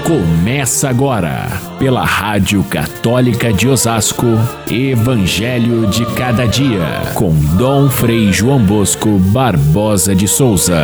Começa agora, pela Rádio Católica de Osasco, Evangelho de Cada Dia, com Dom Frei João Bosco Barbosa de Souza.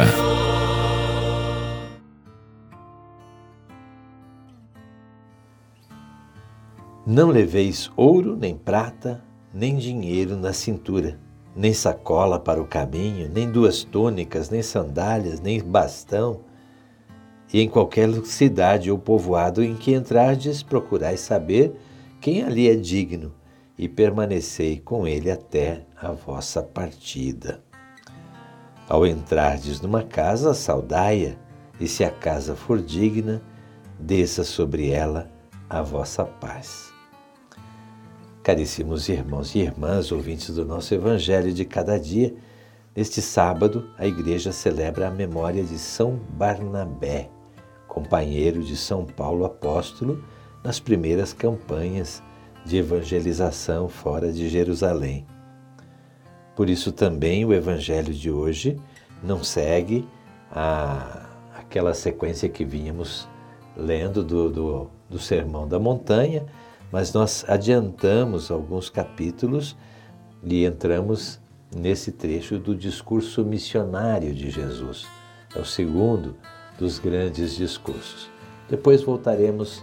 Não leveis ouro, nem prata, nem dinheiro na cintura, nem sacola para o caminho, nem duas túnicas, nem sandálias, nem bastão. E em qualquer cidade ou povoado em que entrardes, procurai saber quem ali é digno, e permanecei com ele até a vossa partida. Ao entrardes numa casa, saudai-a, e se a casa for digna, desça sobre ela a vossa paz. Caríssimos irmãos e irmãs, ouvintes do nosso Evangelho de Cada Dia, neste sábado a Igreja celebra a memória de São Barnabé, companheiro de São Paulo apóstolo nas primeiras campanhas de evangelização fora de Jerusalém. Por isso também o Evangelho de hoje não segue aquela sequência que vínhamos lendo do Sermão da Montanha, mas nós adiantamos alguns capítulos e entramos nesse trecho do discurso missionário de Jesus. É o segundo dos grandes discursos. Depois voltaremos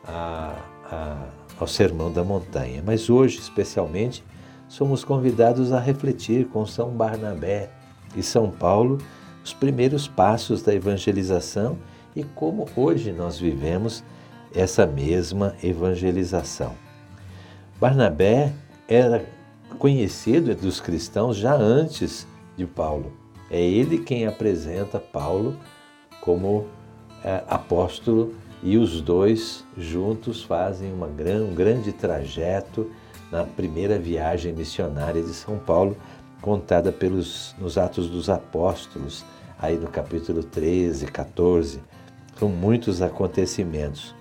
ao Sermão da Montanha, mas hoje, especialmente, somos convidados a refletir com São Barnabé e São Paulo os primeiros passos da evangelização e como hoje nós vivemos essa mesma evangelização. Barnabé era conhecido dos cristãos já antes de Paulo. É ele quem apresenta Paulo como apóstolo e os dois juntos fazem um grande trajeto na primeira viagem missionária de São Paulo, contada nos Atos dos Apóstolos, aí no capítulo 13, 14. São muitos acontecimentos.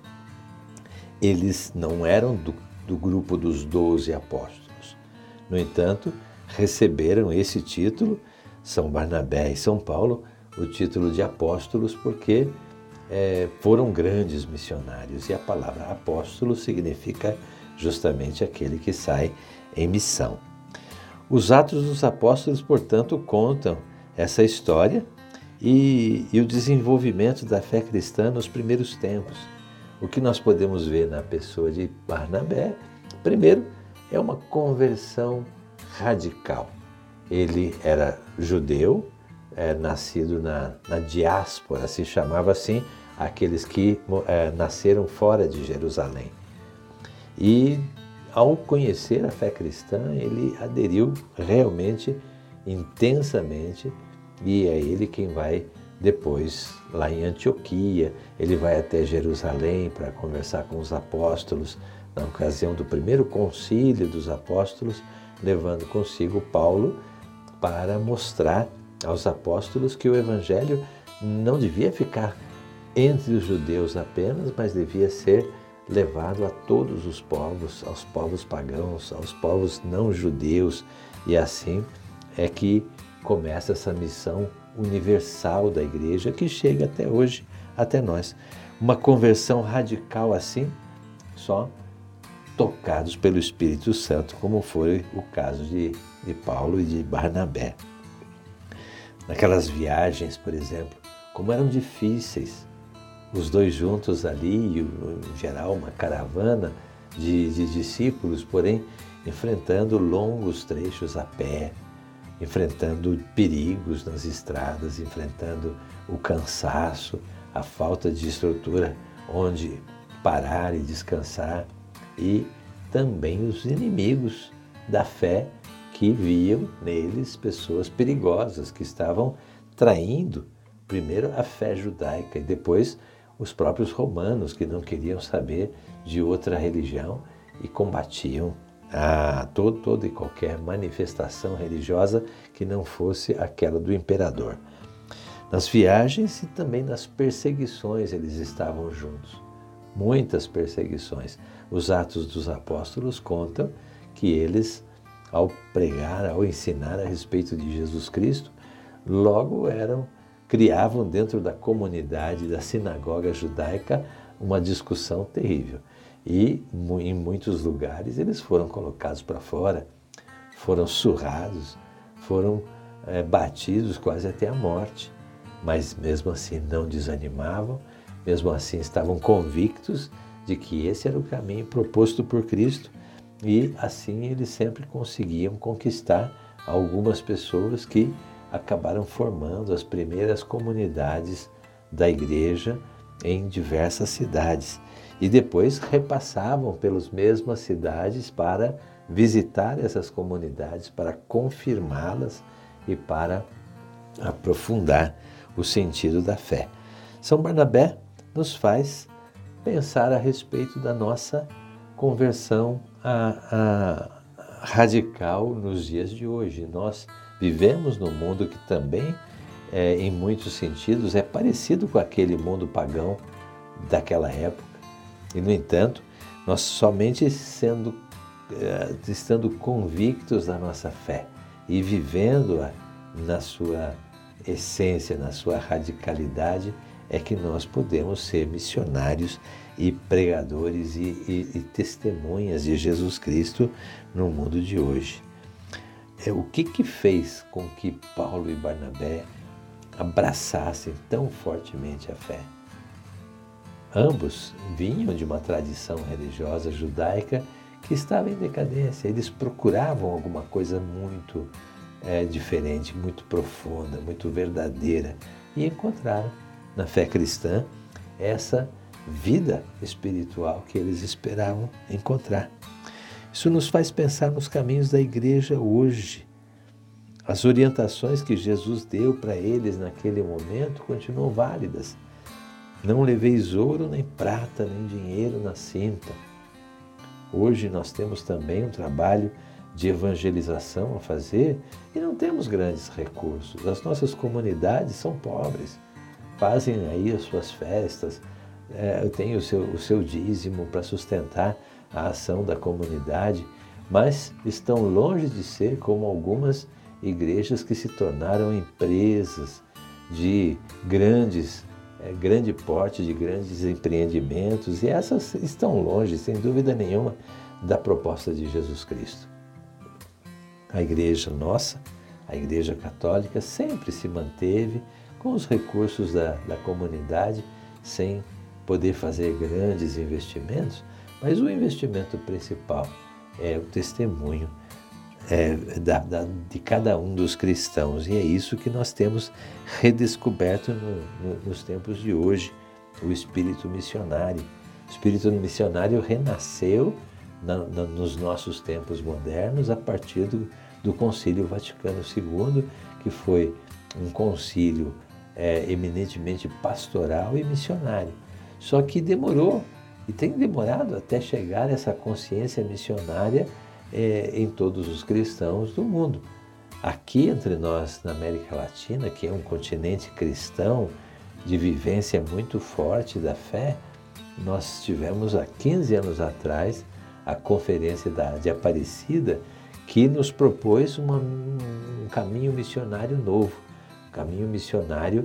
Eles não eram do grupo dos 12 apóstolos. No entanto, receberam esse título, São Barnabé e São Paulo, o título de apóstolos, porque foram grandes missionários. E a palavra apóstolo significa justamente aquele que sai em missão. Os Atos dos Apóstolos, portanto, contam essa história e o desenvolvimento da fé cristã nos primeiros tempos. O que nós podemos ver na pessoa de Barnabé, primeiro, é uma conversão radical. Ele era judeu, nascido na diáspora, se chamava assim, aqueles que nasceram fora de Jerusalém. E, ao conhecer a fé cristã, ele aderiu realmente, intensamente, e é ele quem vai depois, lá em Antioquia, ele vai até Jerusalém para conversar com os apóstolos, na ocasião do primeiro concílio dos apóstolos, levando consigo Paulo para mostrar aos apóstolos que o Evangelho não devia ficar entre os judeus apenas, mas devia ser levado a todos os povos, aos povos pagãos, aos povos não judeus, e assim é que começa essa missão universal da Igreja que chega até hoje, até nós. Uma conversão radical assim, só tocados pelo Espírito Santo, como foi o caso de Paulo e de Barnabé. Naquelas viagens, por exemplo, como eram difíceis, os dois juntos ali, em geral uma caravana de discípulos, porém enfrentando longos trechos a pé, enfrentando perigos nas estradas, enfrentando o cansaço, a falta de estrutura onde parar e descansar, e também os inimigos da fé que viam neles pessoas perigosas, que estavam traindo primeiro a fé judaica e depois os próprios romanos, que não queriam saber de outra religião e combatiam toda e qualquer manifestação religiosa que não fosse aquela do imperador. Nas viagens e também nas perseguições eles estavam juntos. Muitas perseguições. Os Atos dos Apóstolos contam que eles, ao pregar, ao ensinar a respeito de Jesus Cristo, logo criavam dentro da comunidade da sinagoga judaica uma discussão terrível. E em muitos lugares eles foram colocados para fora, foram surrados, foram batidos quase até a morte. Mas mesmo assim não desanimavam, mesmo assim estavam convictos de que esse era o caminho proposto por Cristo, e assim eles sempre conseguiam conquistar algumas pessoas que acabaram formando as primeiras comunidades da igreja em diversas cidades. E depois repassavam pelas mesmas cidades para visitar essas comunidades, para confirmá-las e para aprofundar o sentido da fé. São Barnabé nos faz pensar a respeito da nossa conversão radical nos dias de hoje. Nós vivemos num mundo que também, em muitos sentidos, é parecido com aquele mundo pagão daquela época. E, no entanto, nós somente estando convictos da nossa fé e vivendo-a na sua essência, na sua radicalidade, é que nós podemos ser missionários e pregadores e testemunhas de Jesus Cristo no mundo de hoje. O que fez com que Paulo e Barnabé abraçassem tão fortemente a fé? Ambos vinham de uma tradição religiosa judaica que estava em decadência. Eles procuravam alguma coisa muito diferente, muito profunda, muito verdadeira, e encontraram na fé cristã essa vida espiritual que eles esperavam encontrar. Isso nos faz pensar nos caminhos da igreja hoje. As orientações que Jesus deu para eles naquele momento continuam válidas. Não leveis ouro, nem prata, nem dinheiro na cinta. Hoje nós temos também um trabalho de evangelização a fazer e não temos grandes recursos. As nossas comunidades são pobres, fazem aí as suas festas, têm o seu dízimo para sustentar a ação da comunidade, mas estão longe de ser como algumas igrejas que se tornaram empresas de grande porte, de grandes empreendimentos, e essas estão longe, sem dúvida nenhuma, da proposta de Jesus Cristo. A igreja nossa, a Igreja Católica, sempre se manteve com os recursos da comunidade, sem poder fazer grandes investimentos, mas o investimento principal é o testemunho de cada um dos cristãos, e é isso que nós temos redescoberto nos tempos de hoje, o espírito missionário. O espírito missionário renasceu nos nossos tempos modernos a partir do Concílio Vaticano II, que foi um concílio eminentemente pastoral e missionário. Só que demorou, e tem demorado até chegar essa consciência missionária em todos os cristãos do mundo. Aqui entre nós, na América Latina, que é um continente cristão de vivência muito forte da fé, nós tivemos há 15 anos atrás a Conferência de Aparecida, que nos propôs um caminho missionário novo, um caminho missionário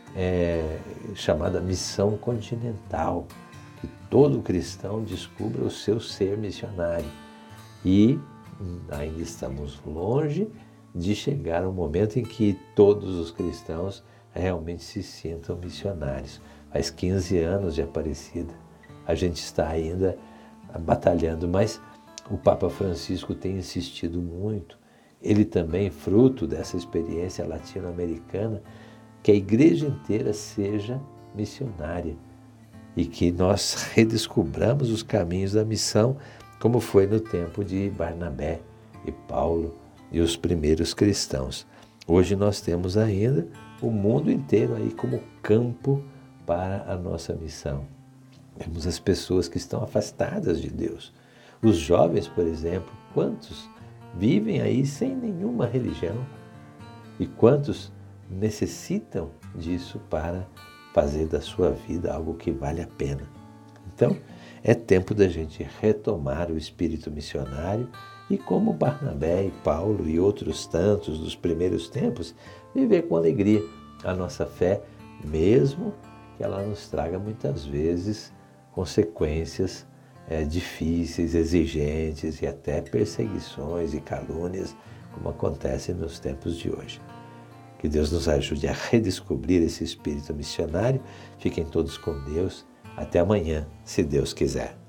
chamado Missão Continental, que todo cristão descubra o seu ser missionário. E ainda estamos longe de chegar ao momento em que todos os cristãos realmente se sintam missionários. Faz 15 anos de Aparecida, a gente está ainda batalhando, mas o Papa Francisco tem insistido muito, ele também, fruto dessa experiência latino-americana, que a igreja inteira seja missionária e que nós redescobramos os caminhos da missão, como foi no tempo de Barnabé e Paulo e os primeiros cristãos. Hoje nós temos ainda o mundo inteiro aí como campo para a nossa missão. Temos as pessoas que estão afastadas de Deus. Os jovens, por exemplo, quantos vivem aí sem nenhuma religião? E quantos necessitam disso para fazer da sua vida algo que vale a pena? Então, é tempo da gente retomar o espírito missionário e, como Barnabé e Paulo e outros tantos dos primeiros tempos, viver com alegria a nossa fé, mesmo que ela nos traga muitas vezes consequências difíceis, exigentes e até perseguições e calúnias, como acontece nos tempos de hoje. Que Deus nos ajude a redescobrir esse espírito missionário. Fiquem todos com Deus. Até amanhã, se Deus quiser.